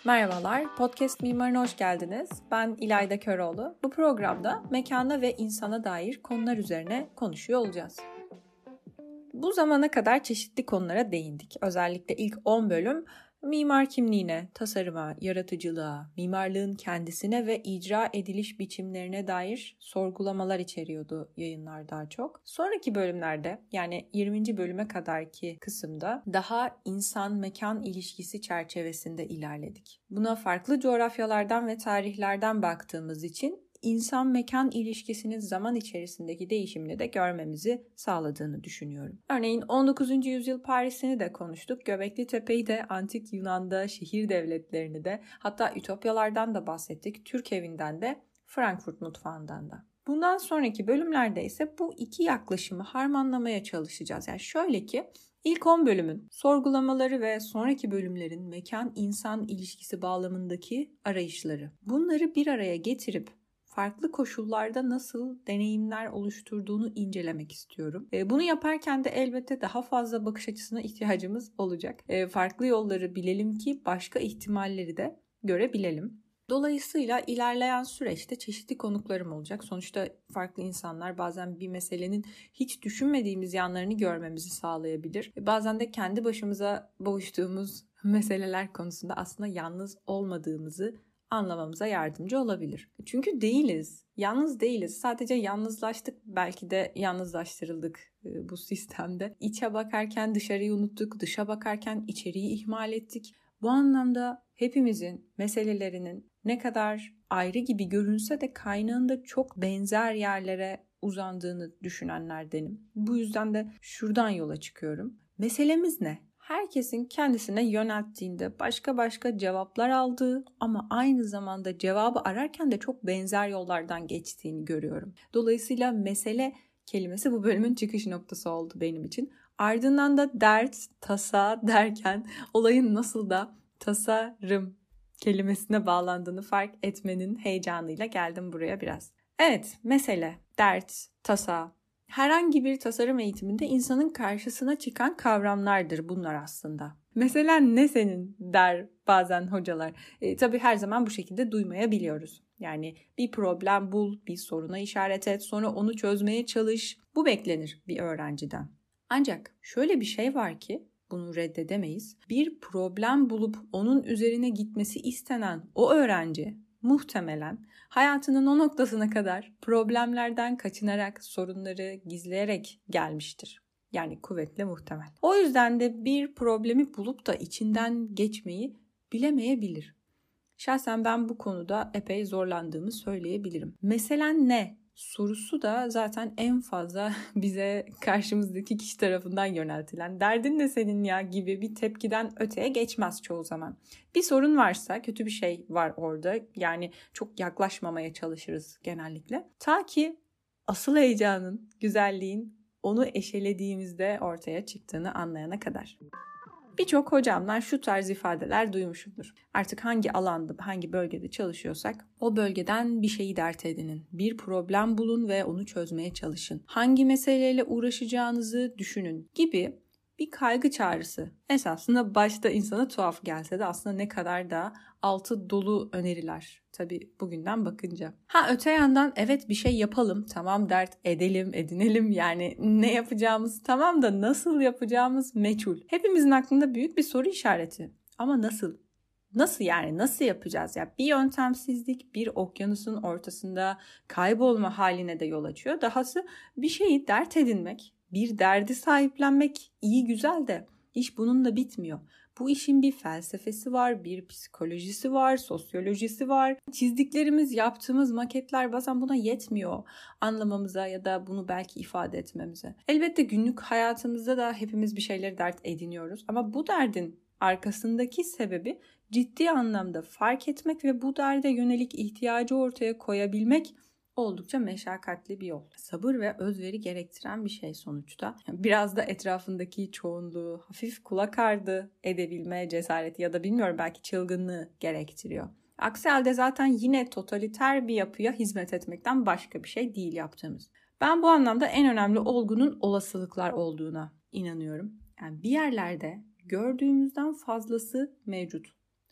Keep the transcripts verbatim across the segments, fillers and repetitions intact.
Merhabalar, Podcast Mimarına hoş geldiniz. Ben İlayda Köroğlu. Bu programda mekana ve insana dair konular üzerine konuşuyor olacağız. Bu zamana kadar çeşitli konulara değindik. Özellikle ilk on bölüm mimar kimliğine, tasarıma, yaratıcılığa, mimarlığın kendisine ve icra ediliş biçimlerine dair sorgulamalar içeriyordu yayınlar daha çok. Sonraki bölümlerde, yani yirminci bölüme kadarki kısımda daha insan-mekan ilişkisi çerçevesinde ilerledik. Buna farklı coğrafyalardan ve tarihlerden baktığımız için İnsan-mekan ilişkisinin zaman içerisindeki değişimini de görmemizi sağladığını düşünüyorum. Örneğin on dokuzuncu yüzyıl Paris'ini de konuştuk. Göbekli Tepe'yi de, antik Yunan'da şehir devletlerini de, hatta ütopyalardan da bahsettik. Türk evinden de, Frankfurt mutfağından da. Bundan sonraki bölümlerde ise bu iki yaklaşımı harmanlamaya çalışacağız. Yani şöyle ki, İlk on bölümün sorgulamaları ve sonraki bölümlerin mekan-insan ilişkisi bağlamındaki arayışları. Bunları bir araya getirip farklı koşullarda nasıl deneyimler oluşturduğunu incelemek istiyorum. Bunu yaparken de elbette daha fazla bakış açısına ihtiyacımız olacak. Farklı yolları bilelim ki başka ihtimalleri de görebilelim. Dolayısıyla ilerleyen süreçte çeşitli konuklarım olacak. Sonuçta farklı insanlar bazen bir meselenin hiç düşünmediğimiz yanlarını görmemizi sağlayabilir. Bazen de kendi başımıza boğuştuğumuz meseleler konusunda aslında yalnız olmadığımızı anlamamıza yardımcı olabilir. Çünkü değiliz. Yalnız değiliz. Sadece yalnızlaştık. Belki de yalnızlaştırıldık bu sistemde. İçe bakarken dışarıyı unuttuk. Dışa bakarken içeriği ihmal ettik. Bu anlamda hepimizin meselelerinin ne kadar ayrı gibi görünse de kaynağında çok benzer yerlere uzandığını düşünenlerdenim. Bu yüzden de şuradan yola çıkıyorum. Meselemiz ne? Herkesin kendisine yönelttiğinde başka başka cevaplar aldığı ama aynı zamanda cevabı ararken de çok benzer yollardan geçtiğini görüyorum. Dolayısıyla mesele kelimesi bu bölümün çıkış noktası oldu benim için. Ardından da dert, tasa derken olayın nasıl da tasarım kelimesine bağlandığını fark etmenin heyecanıyla geldim buraya biraz. Evet, mesele, dert, tasa. Herhangi bir tasarım eğitiminde insanın karşısına çıkan kavramlardır bunlar aslında. Mesela ne senin der bazen hocalar. E, tabii her zaman bu şekilde duymayabiliyoruz. Yani bir problem bul, bir soruna işaret et, sonra onu çözmeye çalış. Bu beklenir bir öğrenciden. Ancak şöyle bir şey var ki bunu reddedemeyiz. Bir problem bulup onun üzerine gitmesi istenen o öğrenci muhtemelen hayatının o noktasına kadar problemlerden kaçınarak, sorunları gizleyerek gelmiştir. Yani kuvvetle muhtemel. O yüzden de bir problemi bulup da içinden geçmeyi bilemeyebilir. Şahsen ben bu konuda epey zorlandığımı söyleyebilirim. Meselen ne sorusu da zaten en fazla bize karşımızdaki kişi tarafından yöneltilen derdin ne senin ya gibi bir tepkiden öteye geçmez çoğu zaman. Bir sorun varsa, kötü bir şey var orada, yani çok yaklaşmamaya çalışırız genellikle. Ta ki asıl heyecanın, güzelliğin onu eşelediğimizde ortaya çıktığını anlayana kadar. Birçok hocamdan şu tarz ifadeler duymuşumdur. Artık hangi alanda, hangi bölgede çalışıyorsak o bölgeden bir şeyi dert edinin. Bir problem bulun ve onu çözmeye çalışın. Hangi meseleyle uğraşacağınızı düşünün gibi bir kaygı çağrısı. Esasında başta insana tuhaf gelse de aslında ne kadar da altı dolu öneriler. Tabii bugünden bakınca. Ha öte yandan evet bir şey yapalım, tamam dert edelim, edinelim, yani ne yapacağımız tamam da nasıl yapacağımız meçhul. Hepimizin aklında büyük bir soru işareti. Ama nasıl? Nasıl yani? Nasıl yapacağız? Ya bir yöntemsizlik bir okyanusun ortasında kaybolma haline de yol açıyor. Dahası bir şeyi dert edinmek, bir derdi sahiplenmek iyi güzel de iş bununla bitmiyor. Bu işin bir felsefesi var, bir psikolojisi var, sosyolojisi var. Çizdiklerimiz, yaptığımız maketler bazen buna yetmiyor anlamamıza ya da bunu belki ifade etmemize. Elbette günlük hayatımızda da hepimiz bir şeyleri dert ediniyoruz ama bu derdin arkasındaki sebebi ciddi anlamda fark etmek ve bu derde yönelik ihtiyacı ortaya koyabilmek oldukça meşakkatli bir yol. Sabır ve özveri gerektiren bir şey sonuçta. Biraz da etrafındaki çoğunluğu hafif kulak ardı edebilme cesareti ya da bilmiyorum belki çılgınlığı gerektiriyor. Aksi halde zaten yine totaliter bir yapıya hizmet etmekten başka bir şey değil yaptığımız. Ben bu anlamda en önemli olgunun olasılıklar olduğuna inanıyorum. Yani bir yerlerde gördüğümüzden fazlası mevcut.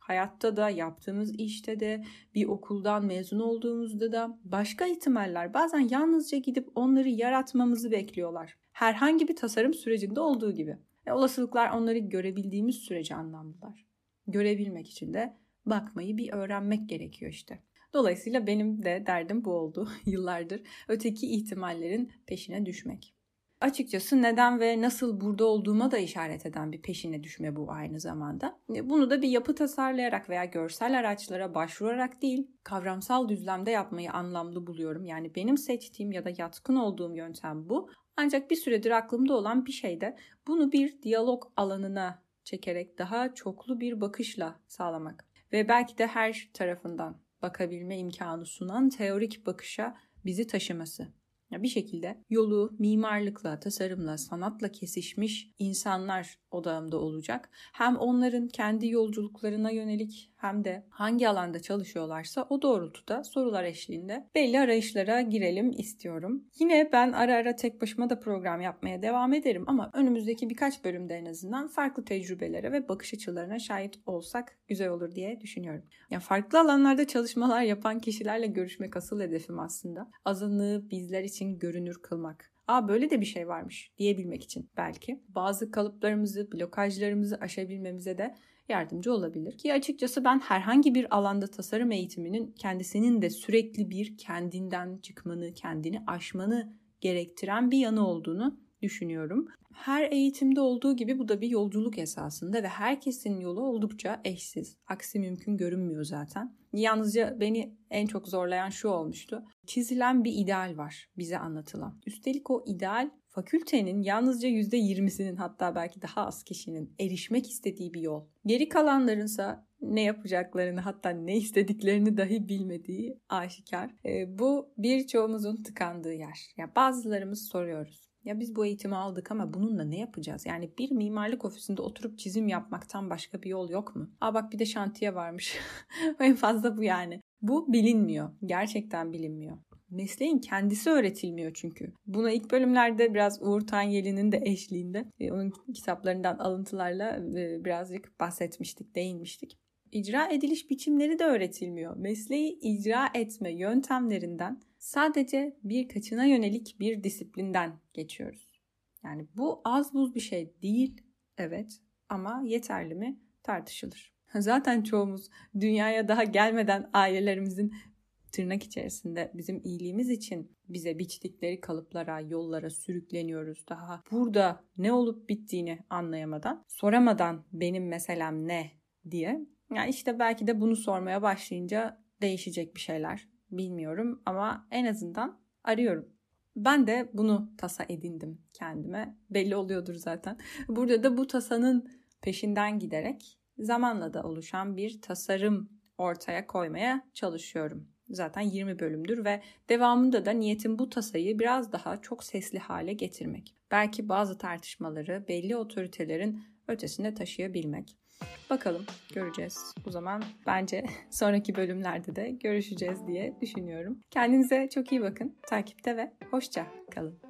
hayatta da, yaptığımız işte de, bir okuldan mezun olduğumuzda da başka ihtimaller bazen yalnızca gidip onları yaratmamızı bekliyorlar. Herhangi bir tasarım sürecinde olduğu gibi. E, olasılıklar onları görebildiğimiz sürece anlamlılar. Görebilmek için de bakmayı bir öğrenmek gerekiyor işte. Dolayısıyla benim de derdim bu oldu yıllardır. Öteki ihtimallerin peşine düşmek. Açıkçası neden ve nasıl burada olduğuma da işaret eden bir peşine düşme bu aynı zamanda. Bunu da bir yapı tasarlayarak veya görsel araçlara başvurarak değil, kavramsal düzlemde yapmayı anlamlı buluyorum. Yani benim seçtiğim ya da yatkın olduğum yöntem bu. Ancak bir süredir aklımda olan bir şey de bunu bir diyalog alanına çekerek daha çoklu bir bakışla sağlamak. Ve belki de her tarafından bakabilme imkanı sunan teorik bakışa bizi taşıması. Bir şekilde yolu mimarlıkla, tasarımla, sanatla kesişmiş insanlar odağımda olacak. Hem onların kendi yolculuklarına yönelik hem de hangi alanda çalışıyorlarsa o doğrultuda sorular eşliğinde belli arayışlara girelim istiyorum. Yine ben ara ara tek başıma da program yapmaya devam ederim ama önümüzdeki birkaç bölümde en azından farklı tecrübelere ve bakış açılarına şahit olsak güzel olur diye düşünüyorum. Yani farklı alanlarda çalışmalar yapan kişilerle görüşmek asıl hedefim aslında. Azınlığı bizler için görünür kılmak. Aa böyle de bir şey varmış diyebilmek için belki. Bazı kalıplarımızı, blokajlarımızı aşabilmemize de yardımcı olabilir. Ki açıkçası ben herhangi bir alanda tasarım eğitiminin kendisinin de sürekli bir kendinden çıkmanı, kendini aşmanı gerektiren bir yanı olduğunu düşünüyorum. Her eğitimde olduğu gibi bu da bir yolculuk esasında ve herkesin yolu oldukça eşsiz. Aksi mümkün görünmüyor zaten. Yalnızca beni en çok zorlayan şu olmuştu. Çizilen bir ideal var bize anlatılan. Üstelik o ideal fakültenin yalnızca yüzde yirmisinin hatta belki daha az kişinin erişmek istediği bir yol. Geri kalanlarınsa ne yapacaklarını hatta ne istediklerini dahi bilmediği aşikar. E, bu birçoğumuzun tıkandığı yer. Ya bazılarımız soruyoruz. Ya biz bu eğitimi aldık ama bununla ne yapacağız? Yani bir mimarlık ofisinde oturup çizim yapmaktan başka bir yol yok mu? Aa bak bir de şantiye varmış. En fazla bu yani. Bu bilinmiyor. Gerçekten bilinmiyor. Mesleğin kendisi öğretilmiyor çünkü. Buna ilk bölümlerde biraz Uğur Tanyeli'nin de eşliğinde e, onun kitaplarından alıntılarla e, birazcık bahsetmiştik, değinmiştik. İcra ediliş biçimleri de öğretilmiyor. Mesleği icra etme yöntemlerinden sadece birkaçına yönelik bir disiplinden geçiyoruz. Yani bu az buz bir şey değil, evet, ama yeterli mi tartışılır. Zaten çoğumuz dünyaya daha gelmeden ailelerimizin tırnak içerisinde bizim iyiliğimiz için bize biçtikleri kalıplara, yollara sürükleniyoruz. Daha burada ne olup bittiğini anlayamadan, soramadan benim meselem ne diye. Yani işte belki de bunu sormaya başlayınca değişecek bir şeyler. Bilmiyorum ama en azından arıyorum. Ben de bunu tasa edindim kendime. Belli oluyordur zaten. Burada da bu tasanın peşinden giderek zamanla da oluşan bir tasarım ortaya koymaya çalışıyorum. Zaten yirmi bölümdür ve devamında da niyetim bu tasayı biraz daha çok sesli hale getirmek. Belki bazı tartışmaları belli otoritelerin ötesine taşıyabilmek. Bakalım, göreceğiz. O zaman bence sonraki bölümlerde de görüşeceğiz diye düşünüyorum. Kendinize çok iyi bakın. Takipte ve hoşça kalın.